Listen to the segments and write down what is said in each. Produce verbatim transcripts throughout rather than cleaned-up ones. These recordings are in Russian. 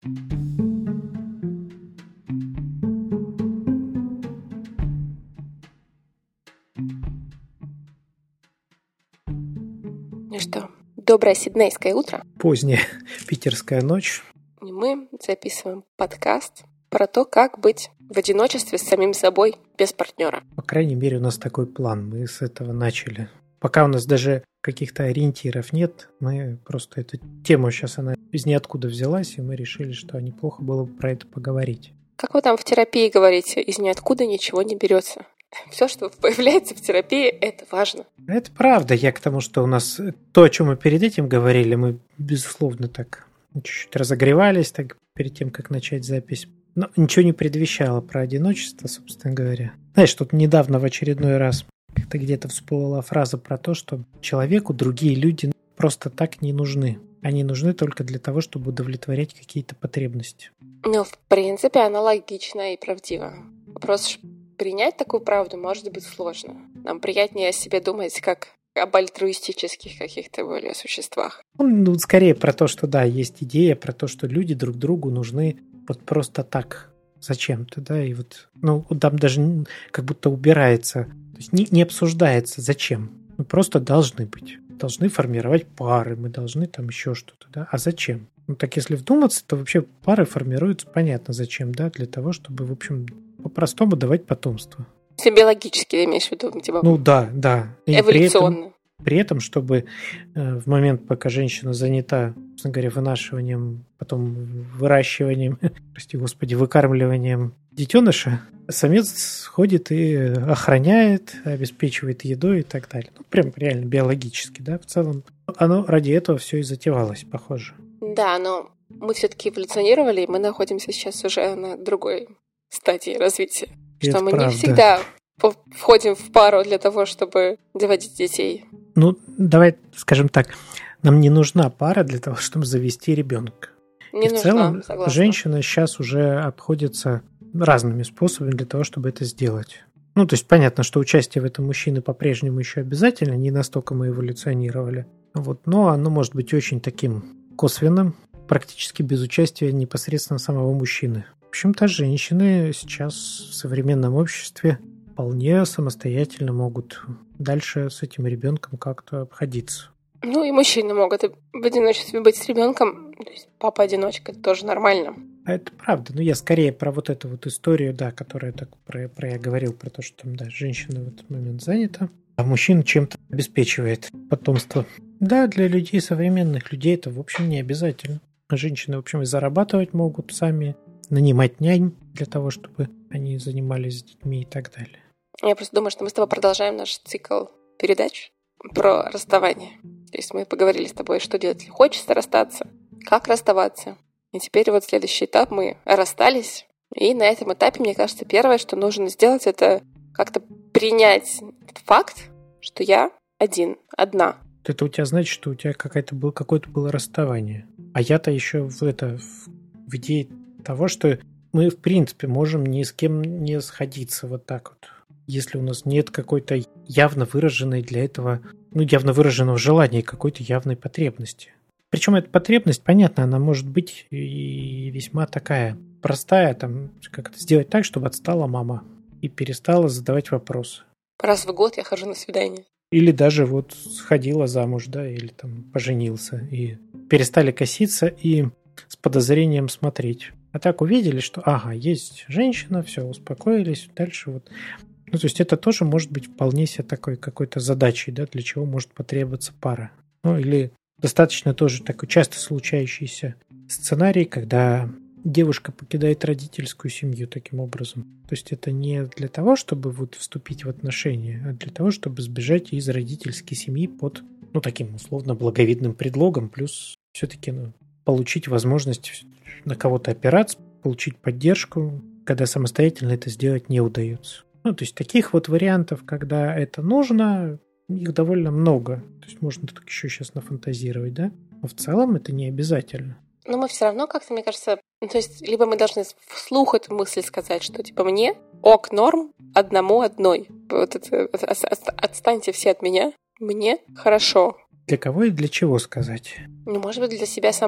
Ну что, доброе сиднейское утро. Поздняя питерская ночь. И мы записываем подкаст про то, как быть в одиночестве с самим собой без партнера. По крайней мере, у нас такой план. Мы с этого начали. Пока у нас даже каких-то ориентиров нет, мы просто эту тему сейчас, она из ниоткуда взялась, и мы решили, что неплохо было бы про это поговорить. Как вы там в терапии говорите, из ниоткуда ничего не берется. Все, что появляется в терапии, это важно. Это правда. Я к тому, что у нас то, о чем мы перед этим говорили, мы, безусловно, так чуть-чуть разогревались так перед тем, как начать запись. Но ничего не предвещало про одиночество, собственно говоря. Знаешь, тут недавно в очередной раз как-то где-то всплыла фраза про то, что человеку другие люди просто так не нужны. Они нужны только для того, чтобы удовлетворять какие-то потребности. Ну, в принципе, она логична и правдива. Вопрос, принять такую правду может быть сложно. Нам приятнее о себе думать как об альтруистических каких-то более существах. Ну, скорее про то, что да, есть идея про то, что люди друг другу нужны вот просто так, зачем-то, да, и вот, ну, там даже как будто убирается, то есть не, не обсуждается, зачем. Мы просто должны быть, должны формировать пары, мы должны там еще что-то, да, а зачем? Ну, так если вдуматься, то вообще пары формируются, понятно, зачем, да, для того, чтобы, в общем, по-простому давать потомство. Все биологически, ты имеешь в виду? Типа, ну да, да. И эволюционно. При этом, при этом, чтобы э, в момент, пока женщина занята, собственно говоря, вынашиванием, потом выращиванием, прости господи, выкармливанием детеныша, самец ходит и охраняет, обеспечивает едой и так далее. Ну, прям реально биологически, да, в целом. Оно ради этого все и затевалось, похоже. Да, но мы все-таки эволюционировали, и мы находимся сейчас уже на другой стадии развития. И что мы правда. Не всегда входим в пару для того, чтобы заводить детей. Ну, давай скажем так, нам не нужна пара для того, чтобы завести ребенка. Не и нужна, в целом согласна. Женщина сейчас уже обходится разными способами для того, чтобы это сделать. Ну, то есть понятно, что участие в этом мужчины по-прежнему еще обязательно, не настолько мы эволюционировали. Вот, но оно может быть очень таким косвенным, практически без участия непосредственно самого мужчины. В общем-то, женщины сейчас в современном обществе вполне самостоятельно могут дальше с этим ребенком как-то обходиться. Ну и мужчины могут в одиночестве быть с ребенком. То есть папа-одиночка, это тоже нормально. А это правда. Но я скорее про вот эту вот историю, да, которая так про, про я говорил, про то, что там, да, женщина в этот момент занята, а мужчина чем-то обеспечивает потомство. Да, для людей, современных людей, это, в общем, не обязательно. Женщины, в общем, и зарабатывать могут сами, нанимать нянь для того, чтобы они занимались с детьми и так далее. Я просто думаю, что мы с тобой продолжаем наш цикл передач про расставание. То есть мы поговорили с тобой, что делать, если хочется расстаться, как расставаться. И теперь вот следующий этап, мы расстались. И на этом этапе, мне кажется, первое, что нужно сделать, это как-то принять факт, что я один, одна. Это у тебя значит, что у тебя какое-то было, какое-то было расставание. А я-то еще в, это, в, в идее того, что мы, в принципе, можем ни с кем не сходиться вот так вот. Если у нас нет какой-то явно выраженной для этого, ну, явно выраженного желания, какой-то явной потребности. Причем эта потребность, понятно, она может быть и весьма такая простая, там, как это сделать так, чтобы отстала мама и перестала задавать вопросы. Раз в год я хожу на свидание. Или даже вот сходила замуж, да, или там поженился, и перестали коситься и с подозрением смотреть. А так увидели, что, ага, есть женщина, все, успокоились, дальше вот. Ну, то есть это тоже может быть вполне себе такой какой-то задачей, да, для чего может потребоваться пара. Ну, или достаточно тоже такой часто случающийся сценарий, когда девушка покидает родительскую семью таким образом. То есть это не для того, чтобы вот вступить в отношения, а для того, чтобы сбежать из родительской семьи под, ну, таким условно благовидным предлогом, плюс все-таки, ну, получить возможность на кого-то опираться, получить поддержку, когда самостоятельно это сделать не удается. Ну, то есть таких вот вариантов, когда это нужно, их довольно много. То есть можно так еще сейчас нафантазировать, да? Но в целом это не обязательно. Но мы все равно как-то, мне кажется, ну, то есть либо мы должны вслух эту мысль сказать, что типа мне ок, норм, одному одной. Вот это, отстаньте все от меня, мне хорошо. Для кого и для чего сказать? Ну, может быть, для себя самой.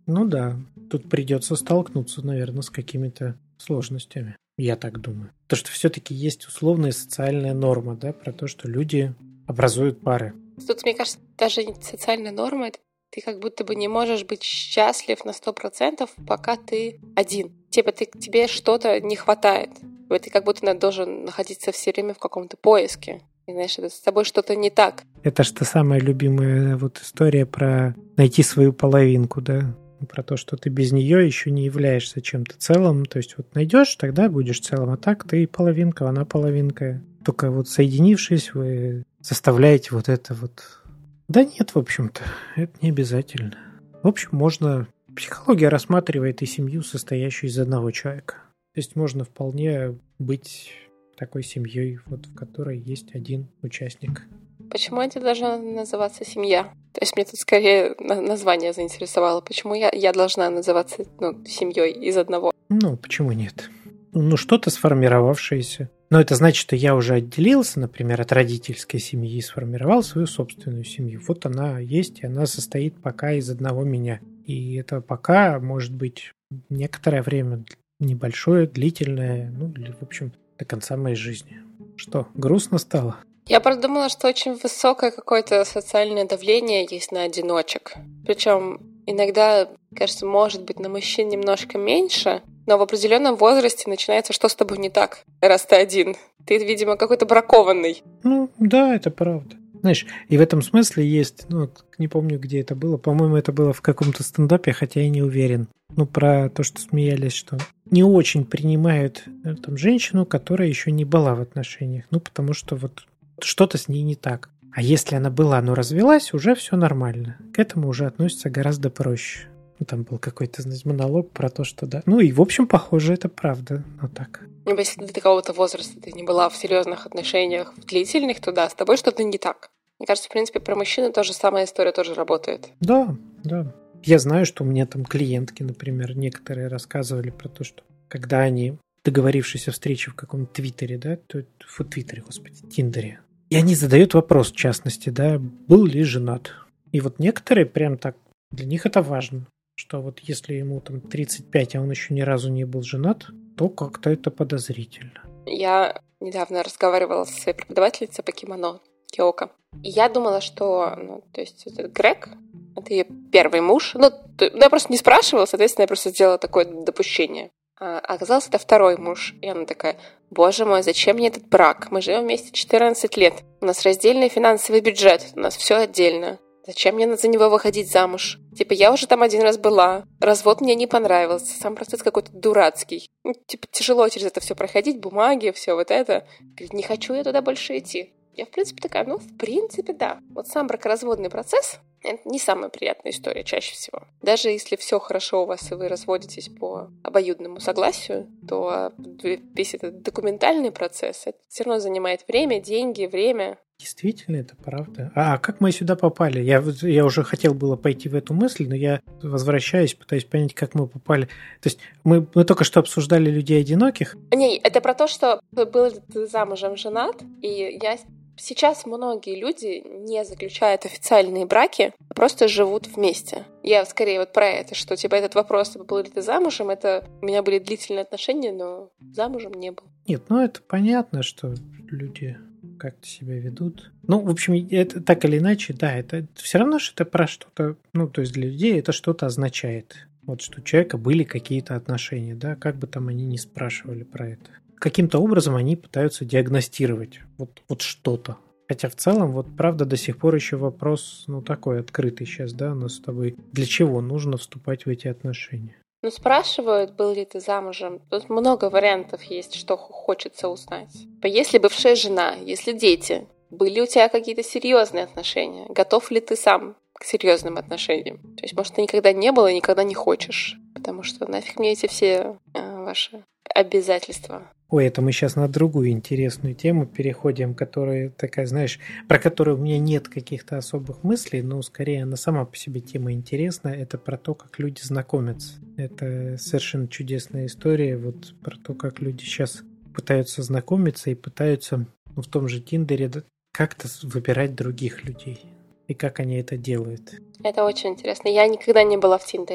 Ну да, тут придется столкнуться, наверное, с какими-то сложностями. Я так думаю. То, что все-таки есть условная социальная норма, да, про то, что люди образуют пары. Тут, мне кажется, даже социальная норма — это ты как будто бы не можешь быть счастлив на сто процентов, пока ты один. Типа ты, тебе что-то не хватает. Ты как будто должен находиться все время в каком-то поиске. И, знаешь, это с тобой что-то не так. Это же та самая любимая вот история про найти свою половинку, да? Про то, что ты без нее еще не являешься чем-то целым. То есть вот найдешь, тогда будешь целым. А так ты половинка, она половинка. Только вот соединившись, вы составляете вот это вот. Да нет, в общем-то, это не обязательно. В общем, можно... Психология рассматривает и семью, состоящую из одного человека. То есть можно вполне быть такой семьей, вот, в которой есть один участник. Почему это должна называться семья? То есть мне тут скорее название заинтересовало. Почему я, я должна называться ну, семьей из одного? Ну, почему нет? Ну, что-то сформировавшееся. Но это значит, что я уже отделился, например, от родительской семьи и сформировал свою собственную семью. Вот она есть, и она состоит пока из одного меня. И это пока может быть некоторое время небольшое, длительное, ну, или, в общем, до конца моей жизни. Что, грустно стало? Я подумала, что очень высокое какое-то социальное давление есть на одиночек. Причем иногда, кажется, может быть, на мужчин немножко меньше, но в определенном возрасте начинается, что с тобой не так, раз ты один. Ты, видимо, какой-то бракованный. Ну, да, это правда. Знаешь, и в этом смысле есть, ну, не помню, где это было, по-моему, это было в каком-то стендапе, хотя я не уверен. Ну, про то, что смеялись, что не очень принимают там женщину, которая еще не была в отношениях. Ну, потому что вот что-то с ней не так. А если она была, но развелась, уже все нормально. К этому уже относятся гораздо проще. Ну, там был какой-то, знаете, монолог про то, что да. Ну, и, в общем, похоже, это правда. Ну, так. Ну, если до какого-то возраста ты не была в серьезных отношениях, в длительных, то да, с тобой что-то не так. Мне кажется, в принципе, про мужчину тоже самая история тоже работает. Да, да. Я знаю, что у меня там клиентки, например, некоторые рассказывали про то, что когда они, договорившись о встрече в каком-то твиттере, да, то, в твиттере, господи, тиндере, и они задают вопрос, в частности, да, был ли женат. И вот некоторые прям так, для них это важно, что вот если ему там тридцать пять, а он еще ни разу не был женат, то как-то это подозрительно. Я недавно разговаривала со своей преподавательницей по кимоно, Киоко. И я думала, что, ну, то есть этот Грег, это ее первый муж. Ну, то, ну, я просто не спрашивала, соответственно, я просто сделала такое допущение. А оказалось, это второй муж. И она такая: боже мой, зачем мне этот брак? Мы живем вместе четырнадцать лет. У нас раздельный финансовый бюджет. У нас все отдельно. Зачем мне за него выходить замуж? Типа, я уже там один раз была. Развод мне не понравился. Сам процесс какой-то дурацкий. Ну, типа, тяжело через это все проходить, бумаги, все вот это. Говорит, не хочу я туда больше идти. Я, в принципе, такая, ну, в принципе, да. Вот сам бракоразводный процесс — это не самая приятная история чаще всего. Даже если все хорошо у вас, и вы разводитесь по обоюдному согласию, то весь этот документальный процесс, это все равно занимает время, деньги, время. Действительно, это правда. А как мы сюда попали? Я, я уже хотел было пойти в эту мысль, но я возвращаюсь, пытаюсь понять, как мы попали. То есть мы, мы только что обсуждали людей одиноких. Не, это про то, что был замужем, женат, и я... Сейчас многие люди не заключают официальные браки, а просто живут вместе. Я скорее вот про это, что типа этот вопрос, был ли ты замужем, это у меня были длительные отношения, но замужем не был. Нет, ну это понятно, что люди как-то себя ведут. Ну, в общем, это так или иначе, да, это все равно, что это про что-то, ну, то есть для людей это что-то означает. Вот что у человека были какие-то отношения, да, как бы там они ни спрашивали про это. Каким-то образом они пытаются диагностировать вот, вот что-то. Хотя в целом, вот правда, до сих пор еще вопрос, ну, такой открытый сейчас, да, у нас с тобой. Для чего нужно вступать в эти отношения? Ну, спрашивают, был ли ты замужем. Тут много вариантов есть, что хочется узнать. Если бывшая жена, если дети, были у тебя какие-то серьезные отношения, готов ли ты сам к серьезным отношениям? То есть, может, ты никогда не был и никогда не хочешь, потому что нафиг мне эти все э, ваши обязательства. Ой, это мы сейчас на другую интересную тему переходим, которая такая, знаешь, про которую у меня нет каких-то особых мыслей, но скорее она сама по себе тема интересная. Это про то, как люди знакомятся. Это совершенно чудесная история вот про то, как люди сейчас пытаются знакомиться и пытаются, ну, в том же Тиндере как-то выбирать других людей. И как они это делают. Это очень интересно. Я никогда не была в Тиндере.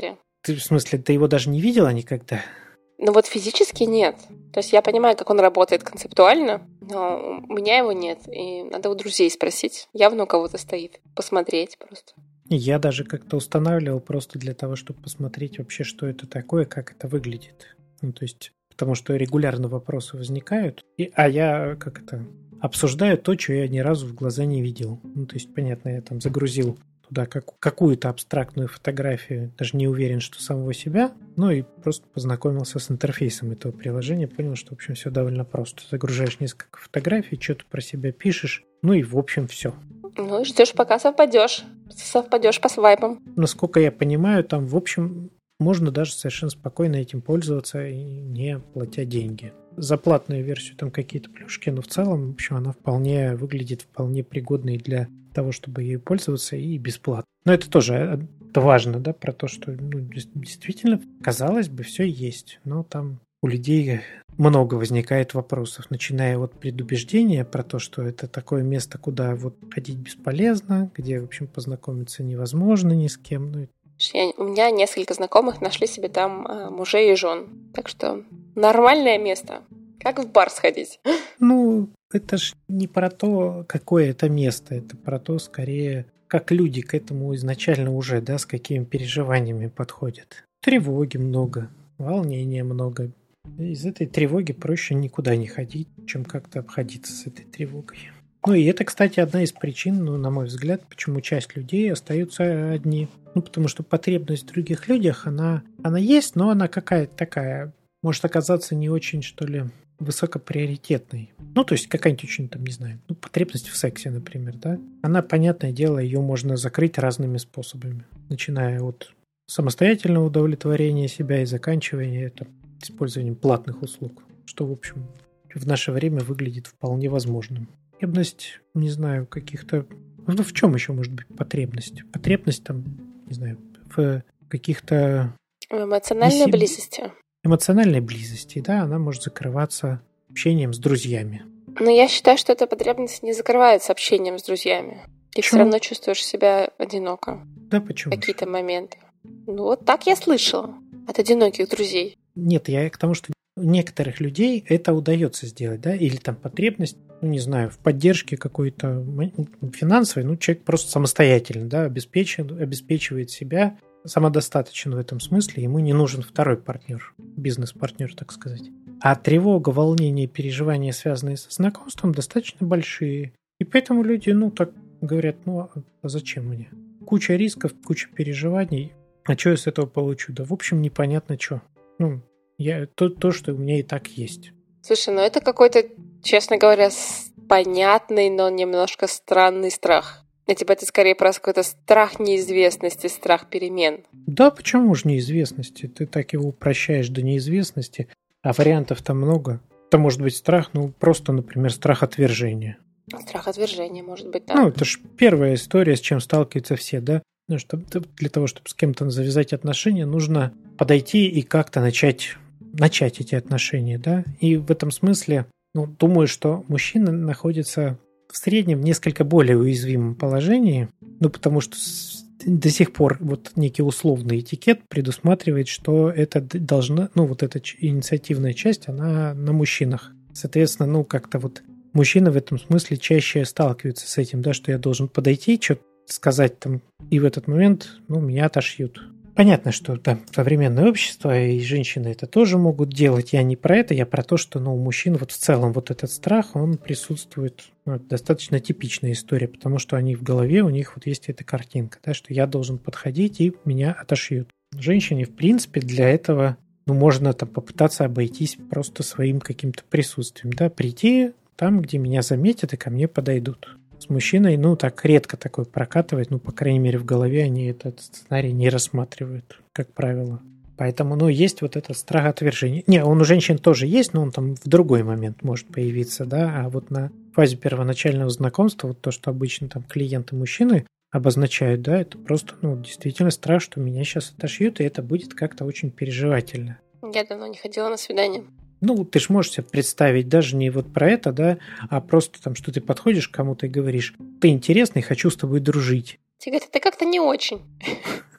Ты, в смысле, ты его даже не видела никогда? Ну вот физически нет. То есть я понимаю, как он работает концептуально, но у меня его нет. И надо у друзей спросить. Явно у кого-то стоит. Посмотреть просто. Я даже как-то устанавливал просто для того, чтобы посмотреть вообще, что это такое, как это выглядит. Ну, то есть, потому что регулярно вопросы возникают, и, а я как это обсуждаю то, что я ни разу в глаза не видел. Ну, то есть, понятно, я там загрузил туда как, какую-то абстрактную фотографию, даже не уверен, что самого себя, ну и просто познакомился с интерфейсом этого приложения, понял, что, в общем, все довольно просто. Загружаешь несколько фотографий, что-то про себя пишешь, ну и, в общем, все. Ну и ждешь, пока совпадешь. Совпадешь по свайпам. Насколько я понимаю, там, в общем, можно даже совершенно спокойно этим пользоваться и не платя деньги. За платную версию там какие-то плюшки, но в целом, в общем, она вполне выглядит вполне пригодной для того, чтобы ей пользоваться, и бесплатно. Но это тоже это важно, да, про то, что ну, действительно, казалось бы, все есть, но там у людей много возникает вопросов, начиная от предубеждения про то, что это такое место, куда вот ходить бесполезно, где, в общем, познакомиться невозможно ни с кем. Ну, Я, у меня несколько знакомых нашли себе там а, мужей и жен. Так что нормальное место. Как в бар сходить. Ну, это ж не про то, какое это место. Это про то, скорее, как люди к этому изначально уже, да, с какими переживаниями подходят. Тревоги много, волнения много. Из этой тревоги проще никуда не ходить, чем как-то обходиться с этой тревогой. Ну и это, кстати, одна из причин, ну, на мой взгляд, почему часть людей остаются одни. Ну, потому что потребность в других людях, она, она есть, но она какая-то такая, может оказаться не очень, что ли, высокоприоритетной. Ну, то есть какая-нибудь очень, там, не знаю, ну, потребность в сексе, например, да. Она, понятное дело, ее можно закрыть разными способами. Начиная от самостоятельного удовлетворения себя и заканчивая это использованием платных услуг, что, в общем, в наше время выглядит вполне возможным. Потребность, не знаю, каких-то... Ну, в чем еще может быть потребность? Потребность, там, не знаю, в каких-то... В эмоциональной Неси... близости. Эмоциональной близости, да, она может закрываться общением с друзьями. Но я считаю, что эта потребность не закрывается общением с друзьями. Ты все равно чувствуешь себя одиноко. Да, почему? В какие-то моменты. Ну, вот так я слышала от одиноких друзей. Нет, я к тому, что у некоторых людей это удается сделать, да, или там потребность, ну, не знаю, в поддержке какой-то финансовой, ну, человек просто самостоятельно, да, обеспечивает, обеспечивает себя, самодостаточен в этом смысле, ему не нужен второй партнер, бизнес-партнер, так сказать. А тревога, волнение, переживания, связанные со знакомством, достаточно большие. И поэтому люди, ну, так говорят, ну, а зачем мне? Куча рисков, куча переживаний, а что я с этого получу? Да, в общем, непонятно что. Ну, я, то, то, что у меня и так есть. Слушай, ну это какой-то, честно говоря, понятный, но немножко странный страх. И типа это скорее просто какой-то страх неизвестности, страх перемен. Да, почему же неизвестности? Ты так его упрощаешь до неизвестности, а вариантов там много. Это может быть страх, ну, просто, например, страх отвержения. Страх отвержения, может быть, да. Ну, это же первая история, с чем сталкиваются все, да? Ну, что для того, чтобы с кем-то завязать отношения, нужно подойти и как-то начать, начать эти отношения, да? И в этом смысле, ну, думаю, что мужчина находится в среднем в несколько более уязвимом положении, ну, потому что до сих пор вот некий условный этикет предусматривает, что это должна, ну, вот эта инициативная часть, она на мужчинах. Соответственно, ну, как-то вот мужчина в этом смысле чаще сталкивается с этим, да, что я должен подойти, что-то сказать там, и в этот момент, ну, меня отошьют. Понятно, что там современное общество и женщины это тоже могут делать. Я не про это, я про то, что, ну, у мужчин вот в целом вот этот страх, он присутствует, ну, достаточно типичная история, потому что они в голове, у них вот есть эта картинка, да, что я должен подходить и меня отошьют. Женщине, в принципе, для этого, ну, можно там попытаться обойтись просто своим каким-то присутствием, да, прийти там, где меня заметят и ко мне подойдут. С мужчиной, ну, так редко такое прокатывает, ну, по крайней мере, в голове они этот сценарий не рассматривают, как правило. Поэтому, ну, есть вот этот страх отвержения. Не, он у женщин тоже есть, но он там в другой момент может появиться, да, а вот на фазе первоначального знакомства, вот то, что обычно там клиенты-мужчины обозначают, да, это просто, ну, действительно страх, что меня сейчас отошьют, и это будет как-то очень переживательно. Я давно не ходила на свидание. Ну, ты ж можешь себе представить даже не вот про это, да, а просто там, что ты подходишь к кому-то и говоришь, ты интересный, хочу с тобой дружить. Тебе говорят, это как-то не очень.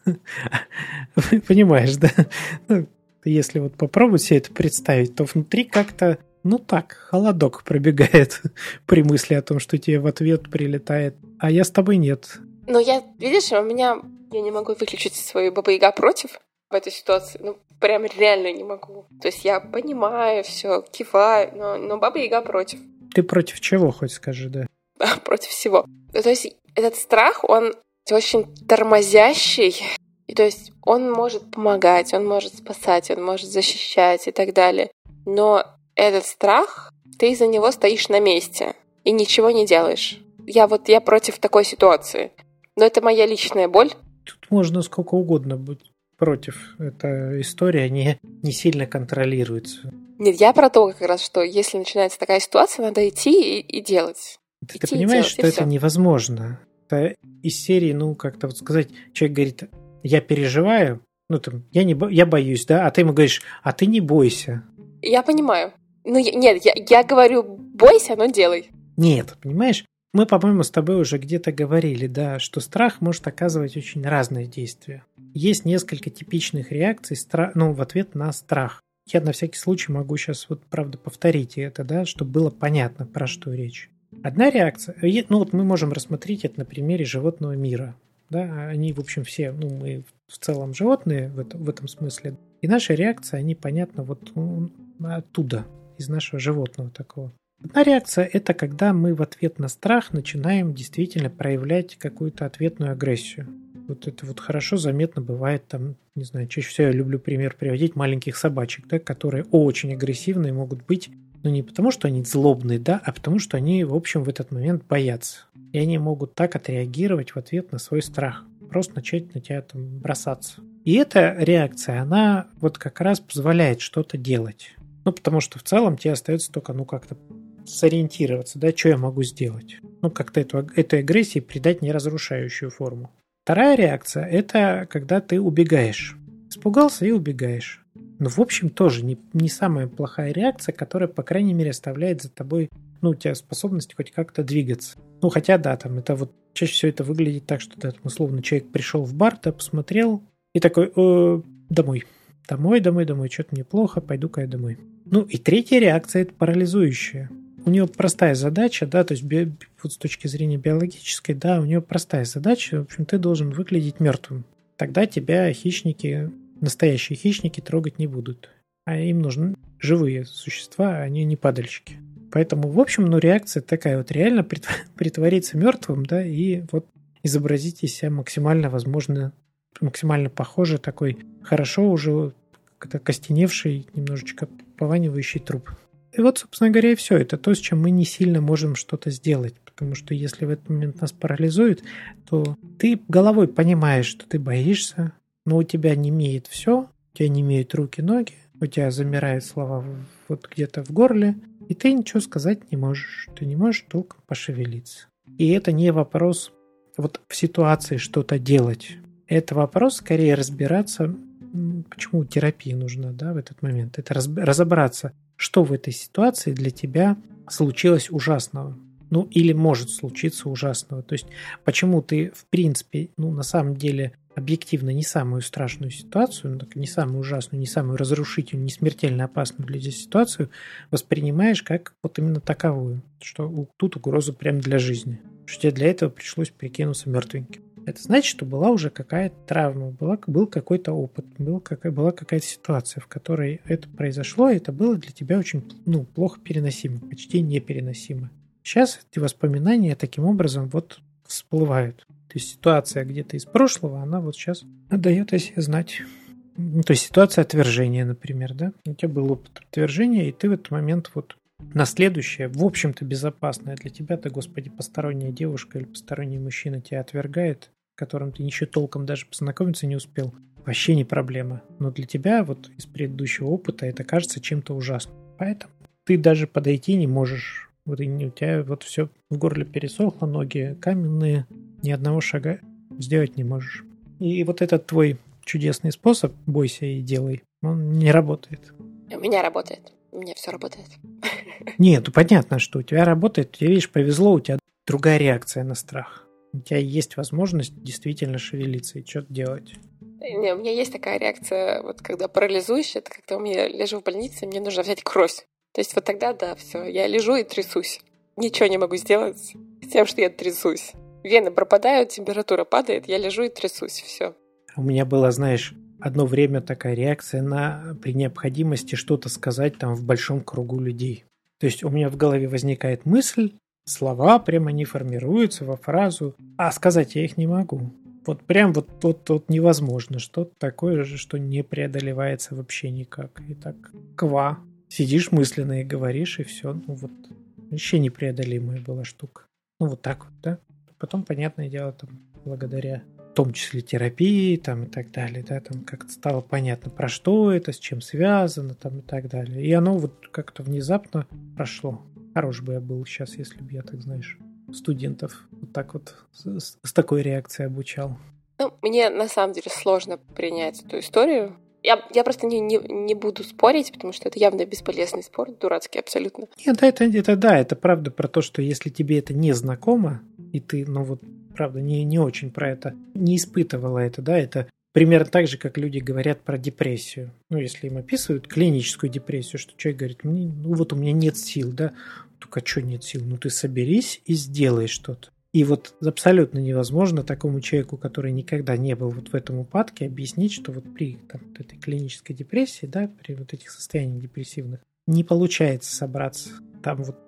Понимаешь, да? Ну, если вот попробовать себе это представить, то внутри как-то, ну так, холодок пробегает при мысли о том, что тебе в ответ прилетает, а я с тобой нет. Ну, я, видишь, у меня... Я не могу выключить свою Баба-Яга против в этой ситуации. Ну, прям реально не могу. То есть я понимаю все, киваю, но, но Баба-Яга против. Ты против чего, хоть скажи, да? Против всего. То есть этот страх, он очень тормозящий. И то есть он может помогать, он может спасать, он может защищать и так далее. Но этот страх, ты из-за него стоишь на месте и ничего не делаешь. Я вот, я против такой ситуации. Но это моя личная боль. Тут можно сколько угодно быть против. Эта история не, не сильно контролируется. Нет, я про то как раз, что если начинается такая ситуация, надо идти и, и делать. Ты, идти ты понимаешь, делать, что это всё. невозможно. Это из серии, ну, как-то вот сказать, человек говорит, я переживаю, ну, там, я, не бо- я боюсь, да, а ты ему говоришь, а ты не бойся. Я понимаю. Ну, я- нет, я, я говорю, бойся, но делай. Нет, понимаешь? Мы, по-моему, с тобой уже где-то говорили, да, что страх может оказывать очень разные действия. Есть несколько типичных реакций стра- ну, в ответ на страх. Я на всякий случай могу сейчас, вот, правда, повторить это, да, чтобы было понятно, про что речь. Одна реакция, ну вот мы можем рассмотреть это на примере животного мира. Да, они, в общем, все, ну, мы в целом животные в этом, в этом смысле. И наши реакции, они, понятно, вот ну, оттуда, из нашего животного такого. Одна реакция – это когда мы в ответ на страх начинаем действительно проявлять какую-то ответную агрессию. Вот это вот хорошо заметно бывает там, не знаю, чаще всего я люблю пример приводить маленьких собачек, да, которые очень агрессивные могут быть, но не потому, что они злобные, да, а потому, что они, в общем, в этот момент боятся. И они могут так отреагировать в ответ на свой страх. Просто начать на тебя там бросаться. И эта реакция, она вот как раз позволяет что-то делать. Ну, потому что в целом тебе остается только, ну, как-то сориентироваться, да, что я могу сделать. Ну, как-то эту, этой агрессии придать неразрушающую форму. Вторая реакция – это когда ты убегаешь. Испугался и убегаешь. Ну, в общем, тоже не, не самая плохая реакция, которая, по крайней мере, оставляет за тобой, ну, у тебя способность хоть как-то двигаться. Ну, хотя, да, там, это вот чаще всего это выглядит так, что, да, там, условно, человек пришел в бар, да, посмотрел и такой, э, домой. Домой, домой, домой, что-то мне плохо, пойду-ка я домой. Ну, и третья реакция – это парализующая. У нее простая задача, да, то есть би, вот с точки зрения биологической, да, у нее простая задача, в общем, ты должен выглядеть мертвым. Тогда тебя хищники, настоящие хищники трогать не будут. А им нужны живые существа, а не, не падальщики. Поэтому, в общем, ну, реакция такая вот, реально притвориться мертвым, да, и вот изобразить из себя максимально возможно, максимально похожий такой, хорошо уже костеневший, немножечко пованивающий труп. И вот, собственно говоря, и все. Это то, с чем мы не сильно можем что-то сделать. Потому что если в этот момент нас парализует, то ты головой понимаешь, что ты боишься, но у тебя немеет все, у тебя немеют руки, ноги, у тебя замирают слова вот где-то в горле, и ты ничего сказать не можешь. Ты не можешь толком пошевелиться. И это не вопрос вот в ситуации что-то делать. Это вопрос скорее разбираться, почему терапия нужна, да, в этот момент. Это разобраться, что в этой ситуации для тебя случилось ужасного. Ну, или может случиться ужасного. То есть, почему ты, в принципе, ну, на самом деле, объективно не самую страшную ситуацию, ну, так, не самую ужасную, не самую разрушительную, не смертельно опасную для тебя ситуацию воспринимаешь как вот именно таковую, что тут угроза прям для жизни. Что тебе для этого пришлось прикинуться мертвеньким. Это значит, что была уже какая-то травма, была, был какой-то опыт, был какая, была какая-то ситуация, в которой это произошло, и это было для тебя очень ну, плохо переносимо, почти непереносимо. Сейчас эти воспоминания таким образом вот всплывают. То есть ситуация где-то из прошлого, она вот сейчас дает о себе знать. Ну, то есть ситуация отвержения, например, да? У тебя был опыт отвержения, и ты в этот момент вот на следующее, в общем-то безопасное для тебя, ты, господи, посторонняя девушка или посторонний мужчина тебя отвергает, с которым ты еще толком даже познакомиться не успел, вообще не проблема. Но для тебя вот из предыдущего опыта это кажется чем-то ужасным. Поэтому ты даже подойти не можешь. Вот и у тебя вот все в горле пересохло, ноги каменные, ни одного шага сделать не можешь. И вот этот твой чудесный способ «бойся и делай», он не работает. У меня работает. У меня все работает. Нет, ну понятно, что у тебя работает. Тебе, видишь, повезло, у тебя другая реакция на страх. У тебя есть возможность действительно шевелиться и что-то делать. Не, у меня есть такая реакция, вот когда парализуешь, это когда у меня лежу в больнице, мне нужно взять кровь. То есть вот тогда, да, все, я лежу и трясусь. Ничего не могу сделать с тем, что я трясусь. Вены пропадают, температура падает, я лежу и трясусь, все. У меня была, знаешь, одно время такая реакция на при необходимости что-то сказать там в большом кругу людей. То есть у меня в голове возникает мысль, слова прямо не формируются во фразу, а сказать я их не могу. Вот прям вот вот, вот невозможно. Что-то такое же, что не преодолевается вообще никак. И так ква. Сидишь мысленно и говоришь, и все. Ну вот вообще непреодолимая была штука. Ну вот так вот, да. Потом, понятное дело, там, благодаря в том числе терапии там, и так далее, да, там как-то стало понятно, про что это, с чем связано там, и так далее. И оно вот как-то внезапно прошло. Хорош бы я был сейчас, если бы я, так знаешь, студентов вот так вот с, с такой реакцией обучал. Ну, мне на самом деле сложно принять эту историю. Я, я просто не, не, не буду спорить, потому что это явно бесполезный спор, дурацкий абсолютно. Нет, это, это да, это правда про то, что если тебе это не знакомо, и ты, ну вот, правда, не, не очень про это, не испытывала это, да, это примерно так же, как люди говорят про депрессию. Ну, если им описывают клиническую депрессию, что человек говорит, ну вот у меня нет сил, да, только что нет сил, ну ты соберись и сделай что-то. И вот абсолютно невозможно такому человеку, который никогда не был вот в этом упадке, объяснить, что вот при там, вот этой клинической депрессии, да, при вот этих состояниях депрессивных, не получается собраться. Там вот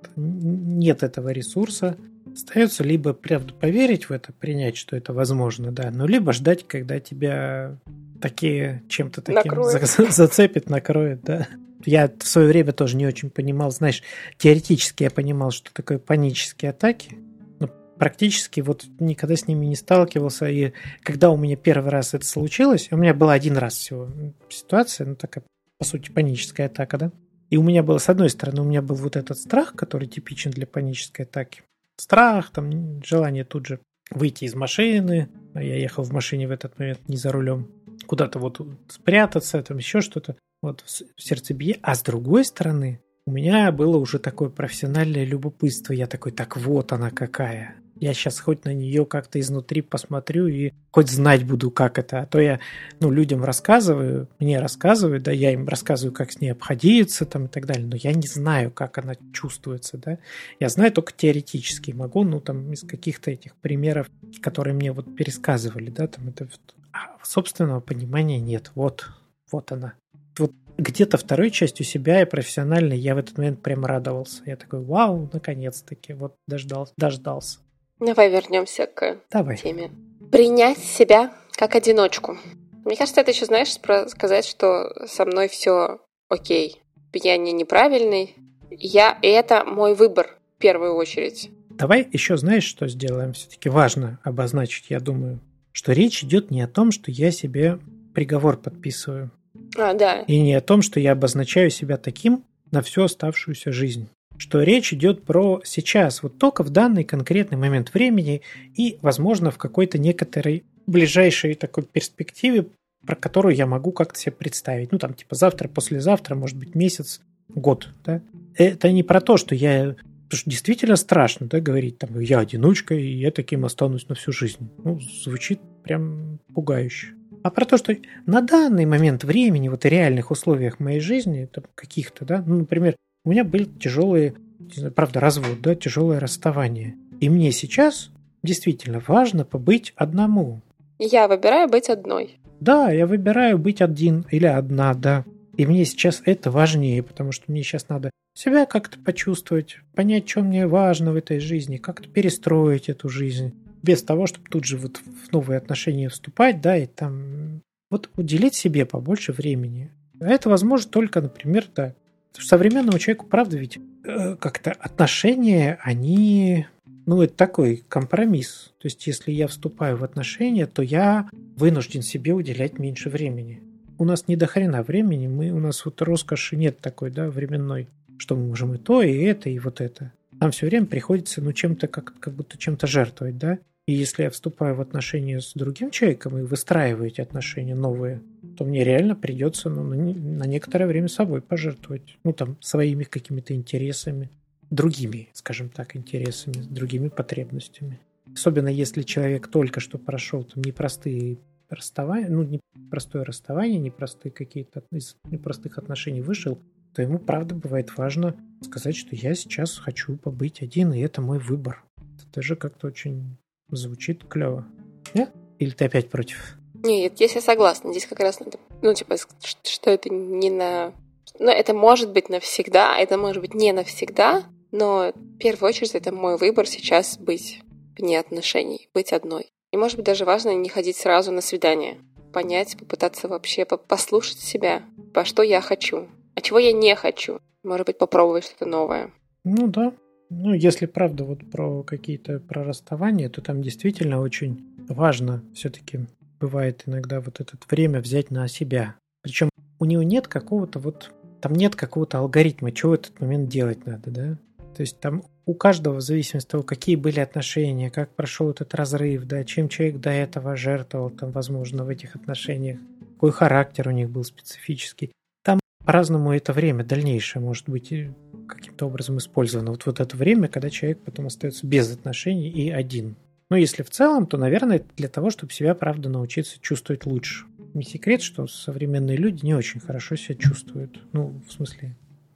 нет этого ресурса. Остается либо правда поверить в это, принять, что это возможно, да, но либо ждать, когда тебя такие чем-то таким за- зацепит, накроет, да. Я в свое время тоже не очень понимал, знаешь, теоретически я понимал, что такое панические атаки, но практически вот никогда с ними не сталкивался, и когда у меня первый раз это случилось, у меня была один раз всего ситуация, ну такая, по сути, паническая атака, да, и у меня было, с одной стороны, у меня был вот этот страх, который типичен для панической атаки, страх, там, желание тут же выйти из машины, я ехал в машине в этот момент не за рулем, куда-то вот спрятаться, там еще что-то, вот в сердцебиение. А с другой стороны, у меня было уже такое профессиональное любопытство. Я такой, так вот она какая. Я сейчас хоть на нее как-то изнутри посмотрю и хоть знать буду, как это. А то я ну, людям рассказываю, мне рассказывают, да, я им рассказываю, как с ней обходиться там, и так далее. Но я не знаю, как она чувствуется. Да. Я знаю только теоретически. Могу, ну, там, из каких-то этих примеров, которые мне вот пересказывали, да, там это... А собственного понимания нет. Вот, вот она. Вот где-то второй частью себя и профессионально я в этот момент прям радовался. Я такой, вау, наконец-таки, вот дождался. дождался. Давай вернемся к Давай. теме. Принять себя как одиночку. Мне кажется, это еще, знаешь, сказать, что со мной все окей. Я не неправильный. Я, и это мой выбор в первую очередь. Давай еще, знаешь, что сделаем? Все-таки важно обозначить, я думаю, что речь идет не о том, что я себе приговор подписываю. А, да. И не о том, что я обозначаю себя таким на всю оставшуюся жизнь. Что речь идет про сейчас, вот только в данный конкретный момент времени и, возможно, в какой-то некоторой ближайшей такой перспективе, про которую я могу как-то себе представить. Ну, там, типа, завтра, послезавтра, может быть, месяц, год, да. Это не про то, что я... Потому что действительно страшно, да, говорить, там, я одиночка, и я таким останусь на всю жизнь. Ну, звучит прям пугающе. А про то, что на данный момент времени, вот и реальных условиях моей жизни, там, каких-то, да, ну, например, у меня были тяжелые, правда, развод, да, тяжелое расставание. И мне сейчас действительно важно побыть одному. Я выбираю быть одной. Да, я выбираю быть один или одна, да. И мне сейчас это важнее, потому что мне сейчас надо себя как-то почувствовать, понять, что мне важно в этой жизни, как-то перестроить эту жизнь. Без того, чтобы тут же вот в новые отношения вступать, да, и там вот уделить себе побольше времени. А это возможно только, например, да, современному человеку, правда, ведь э, как-то отношения, они, ну, это такой компромисс. То есть, если я вступаю в отношения, то я вынужден себе уделять меньше времени. У нас не до хрена времени, мы, у нас вот роскоши нет такой, да, временной, что мы можем и то, и это, и вот это. Нам все время приходится, ну, чем-то, как, как будто чем-то жертвовать, да. И если я вступаю в отношения с другим человеком и выстраиваю эти отношения новые, то мне реально придется ну, на некоторое время собой пожертвовать. Ну, там, своими какими-то интересами, другими, скажем так, интересами, другими потребностями. Особенно если человек только что прошел там непростые расставания, ну, непростое расставание, непростые какие-то из непростых отношений вышел, то ему, правда, бывает важно сказать, что я сейчас хочу побыть один, и это мой выбор. Это даже как-то очень звучит клево. Нет? Или ты опять против? Нет, здесь я согласна. Здесь как раз надо, ну, типа, что это не на... Ну, это может быть навсегда, это может быть не навсегда, но в первую очередь это мой выбор сейчас быть вне отношений, быть одной. И, может быть, даже важно не ходить сразу на свидание. Понять, попытаться вообще послушать себя, по что я хочу, а чего я не хочу. Может быть, попробовать что-то новое. Ну да. Ну, если правда вот про какие-то про расставания, то там действительно очень важно все-таки бывает иногда вот это время взять на себя. Причем у него нет какого-то вот, там нет какого-то алгоритма, что в этот момент делать надо, да? То есть там у каждого, в зависимости от того, какие были отношения, как прошел этот разрыв, да, чем человек до этого жертвовал, там, возможно, в этих отношениях, какой характер у них был специфический. Там по-разному это время дальнейшее может быть каким-то образом использовано. Вот, вот это время, когда человек потом остается без отношений и один. Но если в целом, то, наверное, это для того, чтобы себя, правда, научиться чувствовать лучше. Не секрет, что современные люди не очень хорошо себя чувствуют. Ну, в смысле,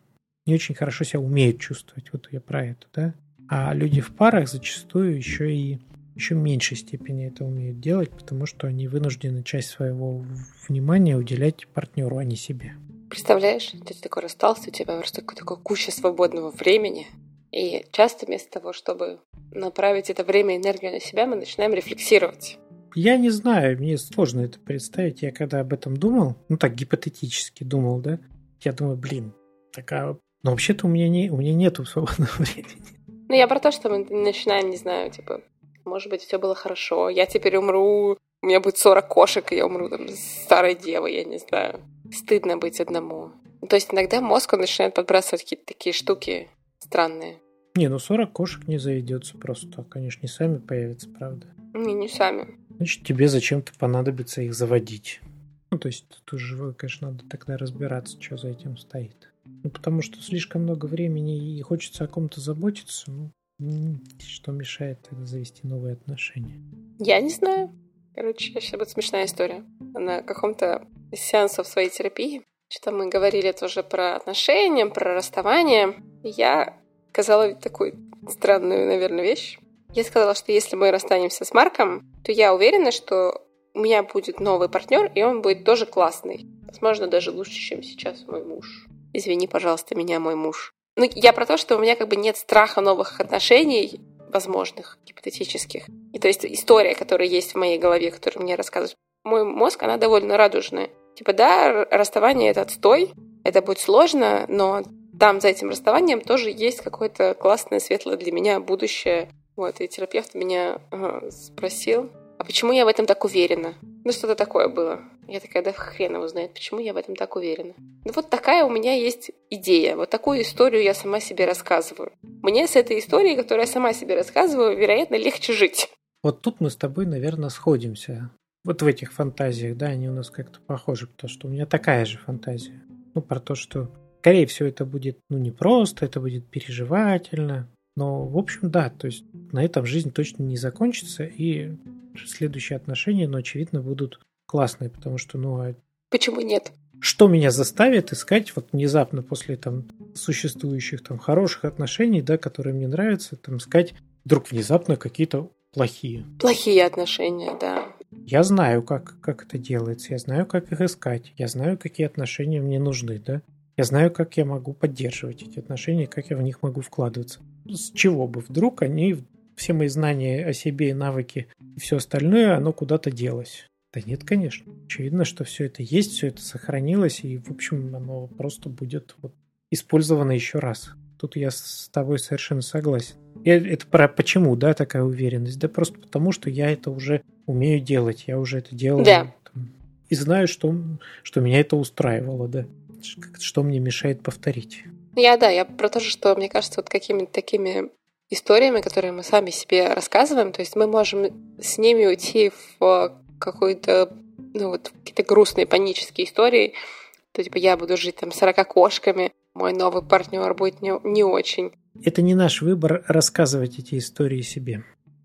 не очень хорошо себя умеют чувствовать. Вот я про это, да? А люди в парах зачастую еще и еще в меньшей степени это умеют делать, потому что они вынуждены часть своего внимания уделять партнеру, а не себе. Представляешь, ты такой расстался, у тебя просто такая куча свободного времени, и часто вместо того, чтобы направить это время и энергию на себя, мы начинаем рефлексировать. Я не знаю, мне сложно это представить. Я когда об этом думал, ну так гипотетически думал, да, я думаю, блин, такая... Но вообще-то у меня, не, у меня нету свободного времени. Ну, я про то, что мы начинаем, не знаю, типа, может быть, все было хорошо, я теперь умру, у меня будет сорок кошек, и я умру там старой девой, я не знаю. Стыдно быть одному. То есть иногда мозг, он начинает подбрасывать какие-то такие штуки странные. Не, ну сорок кошек не заведется просто так. Они ж не сами появятся, правда? Не, не сами. Значит, тебе зачем-то понадобится их заводить. Ну, то есть тут уже, конечно, надо тогда разбираться, что за этим стоит. Ну, потому что слишком много времени и хочется о ком-то заботиться. Ну, что мешает тогда завести новые отношения? Я не знаю. Короче, сейчас будет смешная история. На каком-то из сеансов своей терапии, что-то мы говорили тоже про отношения, про расставание. Я сказала такую странную, наверное, вещь. Я сказала, что если мы расстанемся с Марком, то я уверена, что у меня будет новый партнер, и он будет тоже классный. Возможно, даже лучше, чем сейчас мой муж. Извини, пожалуйста, меня, мой муж. Ну, я про то, что у меня как бы нет страха новых отношений, возможных, гипотетических. И то есть история, которая есть в моей голове, которую мне рассказывают. Мой мозг, она довольно радужная. Типа, да, расставание — это отстой, это будет сложно, но там за этим расставанием тоже есть какое-то классное, светлое для меня будущее. Вот, и терапевт меня ага, спросил, а почему я в этом так уверена? Ну, что-то такое было. Я такая, да хрен его знает, почему я в этом так уверена. Ну, вот такая у меня есть идея. Вот такую историю я сама себе рассказываю. Мне с этой историей, которую я сама себе рассказываю, вероятно, легче жить. Вот тут мы с тобой, наверное, сходимся. Вот в этих фантазиях, да, они у нас как-то похожи, потому что у меня такая же фантазия. Ну, про то, что, скорее всего, это будет, ну, не просто, это будет переживательно. Но, в общем, да, то есть на этом жизнь точно не закончится, и следующие отношения, ну, очевидно, будут классные, потому что, ну, а почему нет? Что меня заставит искать вот внезапно после там существующих там хороших отношений, да, которые мне нравятся, там искать вдруг внезапно какие-то плохие. Плохие отношения, да. Я знаю, как, как это делается, я знаю, как их искать, я знаю, какие отношения мне нужны, да. Я знаю, как я могу поддерживать эти отношения, как я в них могу вкладываться. С чего бы вдруг они, все мои знания о себе и навыки и все остальное, оно куда-то делось? Да нет, конечно. Очевидно, что все это есть, все это сохранилось, и, в общем, оно просто будет вот использовано еще раз. Тут я с тобой совершенно согласен. И это про почему, да, такая уверенность? Да просто потому, что я это уже умею делать, я уже это делал. Да. Там, и знаю, что, что меня это устраивало, да. Что мне мешает повторить. Я, да, я про то же, что, мне кажется, вот какими-то такими историями, которые мы сами себе рассказываем, то есть мы можем с ними уйти в какой-то, ну вот, какие-то грустные панические истории, то типа я буду жить там с сорока кошками, мой новый партнер будет не, не очень. Это не наш выбор рассказывать эти истории себе.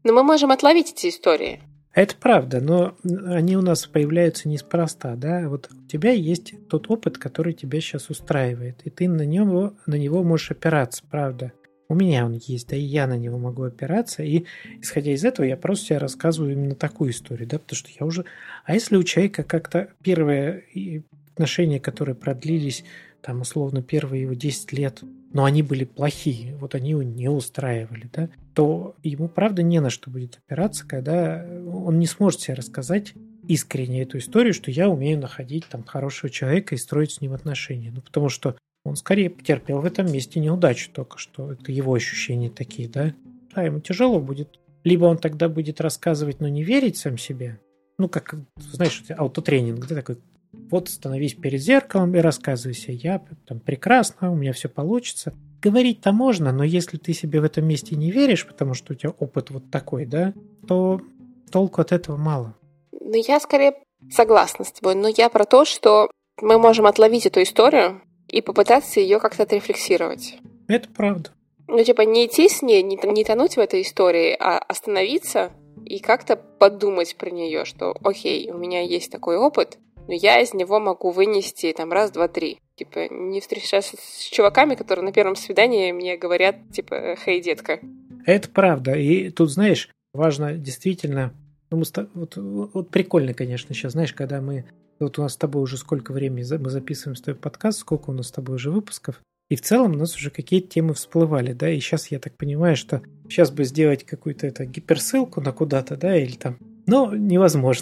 Но мы можем отловить эти истории. Это правда, но они у нас появляются неспроста, да. Вот у тебя есть тот опыт, который тебя сейчас устраивает, и ты на него, на него можешь опираться, правда. У меня он есть, да, и я на него могу опираться, и исходя из этого я просто себе рассказываю именно такую историю, да, потому что я уже... А если у человека как-то первые отношения, которые продлились, там, условно, первые его десять лет, но они были плохие, вот они его не устраивали, да, то ему, правда, не на что будет опираться, когда он не сможет себе рассказать искренне эту историю, что я умею находить там хорошего человека и строить с ним отношения. Ну, потому что он скорее потерпел в этом месте неудачу только, что это его ощущения такие, да. Да, ему тяжело будет. Либо он тогда будет рассказывать, но не верить сам себе. Ну, как, знаешь, аутотренинг, да, такой, вот становись перед зеркалом и рассказывай себе, я там прекрасно, у меня все получится. Говорить-то можно, но если ты себе в этом месте не веришь, потому что у тебя опыт вот такой, да, то толку от этого мало. Ну, я скорее согласна с тобой, но я про то, что мы можем отловить эту историю и попытаться ее как-то отрефлексировать. Это правда. Ну, типа, не идти с ней, не, не тонуть в этой истории, а остановиться и как-то подумать про нее, что, окей, у меня есть такой опыт, но я из него могу вынести там раз, два, три. Типа, не встречаться с чуваками, которые на первом свидании мне говорят, типа, хей, детка. Это правда. И тут, знаешь, важно действительно... Ну, мы, вот, вот прикольно, конечно, сейчас, знаешь, когда мы... Вот у нас с тобой уже сколько времени мы записываем с тобой подкаст, сколько у нас с тобой уже выпусков, и в целом у нас уже какие-то темы всплывали, да, и сейчас я так понимаю, что сейчас бы сделать какую-то это, гиперссылку на куда-то, да, или там... Но невозможно.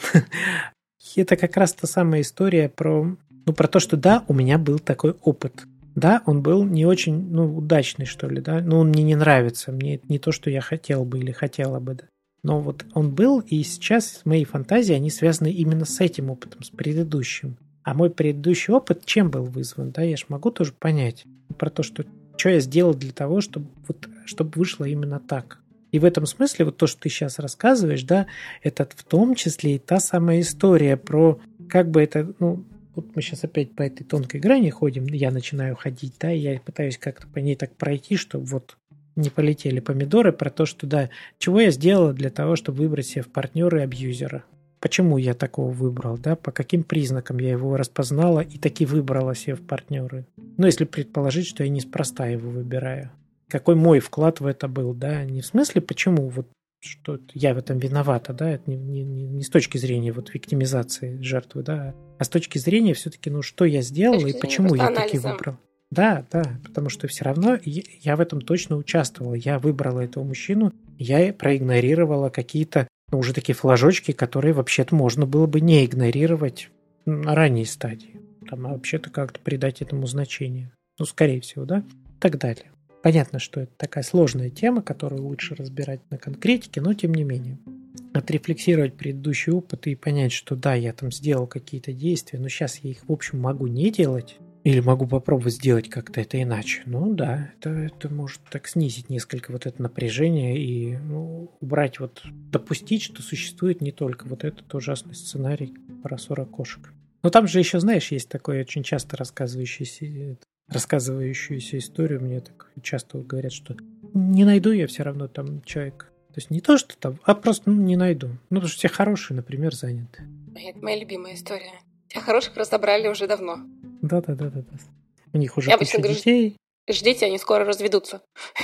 Это как раз та самая история про... Ну, про то, что да, у меня был такой опыт. Да, он был не очень, ну, удачный, что ли, да. Ну, он мне не нравится. Мне это не то, что я хотел бы или хотела бы, да. Но вот он был, и сейчас мои фантазии, они связаны именно с этим опытом, с предыдущим. А мой предыдущий опыт чем был вызван, да, я ж могу тоже понять. Про то, что, что я сделал для того, чтобы, вот, чтобы вышло именно так. И в этом смысле вот то, что ты сейчас рассказываешь, да, это в том числе и та самая история про, как бы это, ну, вот мы сейчас опять по этой тонкой грани ходим, я начинаю ходить, да, и я пытаюсь как-то по ней так пройти, чтобы вот не полетели помидоры, про то, что, да, чего я сделала для того, чтобы выбрать себе в партнеры абьюзера. Почему я такого выбрал, да, по каким признакам я его распознала и таки выбрала себе в партнеры. Ну, если предположить, что я неспроста его выбираю. Какой мой вклад в это был, да, не в смысле, почему вот что я в этом виновата, да, это не, не, не с точки зрения вот виктимизации жертвы, да, а с точки зрения все-таки, ну, что я сделала и почему я таки выбрал. Да, да, потому что все равно я в этом точно участвовала. Я выбрала этого мужчину, я проигнорировала какие-то, ну, уже такие флажочки, которые вообще-то можно было бы не игнорировать на ранней стадии. Там, а вообще-то как-то придать этому значение. Ну, скорее всего, да, и так далее. Понятно, что это такая сложная тема, которую лучше разбирать на конкретике, но тем не менее. Отрефлексировать предыдущий опыт и понять, что да, я там сделал какие-то действия, но сейчас я их, в общем, могу не делать. Или могу попробовать сделать как-то это иначе. Ну да, это, это может так снизить несколько вот это напряжение и, ну, убрать вот, допустить, что существует не только вот этот ужасный сценарий про сорок кошек. Но там же еще, знаешь, есть такое очень часто рассказывающееся, рассказывающуюся историю. Мне так часто говорят, что не найду я все равно там человека. То есть не то, что там, а просто ну, не найду. Ну, потому что все хорошие, например, заняты. Это моя любимая история. Тех хороших разобрали уже давно. Да-да-да-да. У них уже Я куча говорю, детей. Ждите, они скоро разведутся.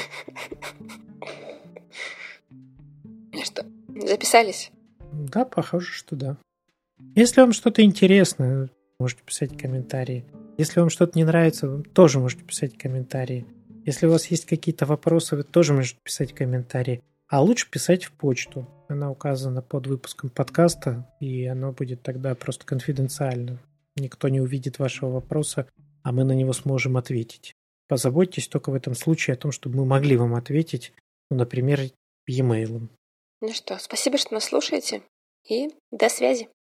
Что, записались? Да, похоже, что да. Если вам что-то интересно, можете писать комментарии. Если вам что-то не нравится, вы тоже можете писать комментарии. Если у вас есть какие-то вопросы, вы тоже можете писать комментарии. А лучше писать в почту. Она указана под выпуском подкаста, и оно будет тогда просто конфиденциально. Никто не увидит вашего вопроса, а мы на него сможем ответить. Позаботьтесь только в этом случае о том, чтобы мы могли вам ответить, ну, например, e-mail. Ну что, спасибо, что нас слушаете, и до связи.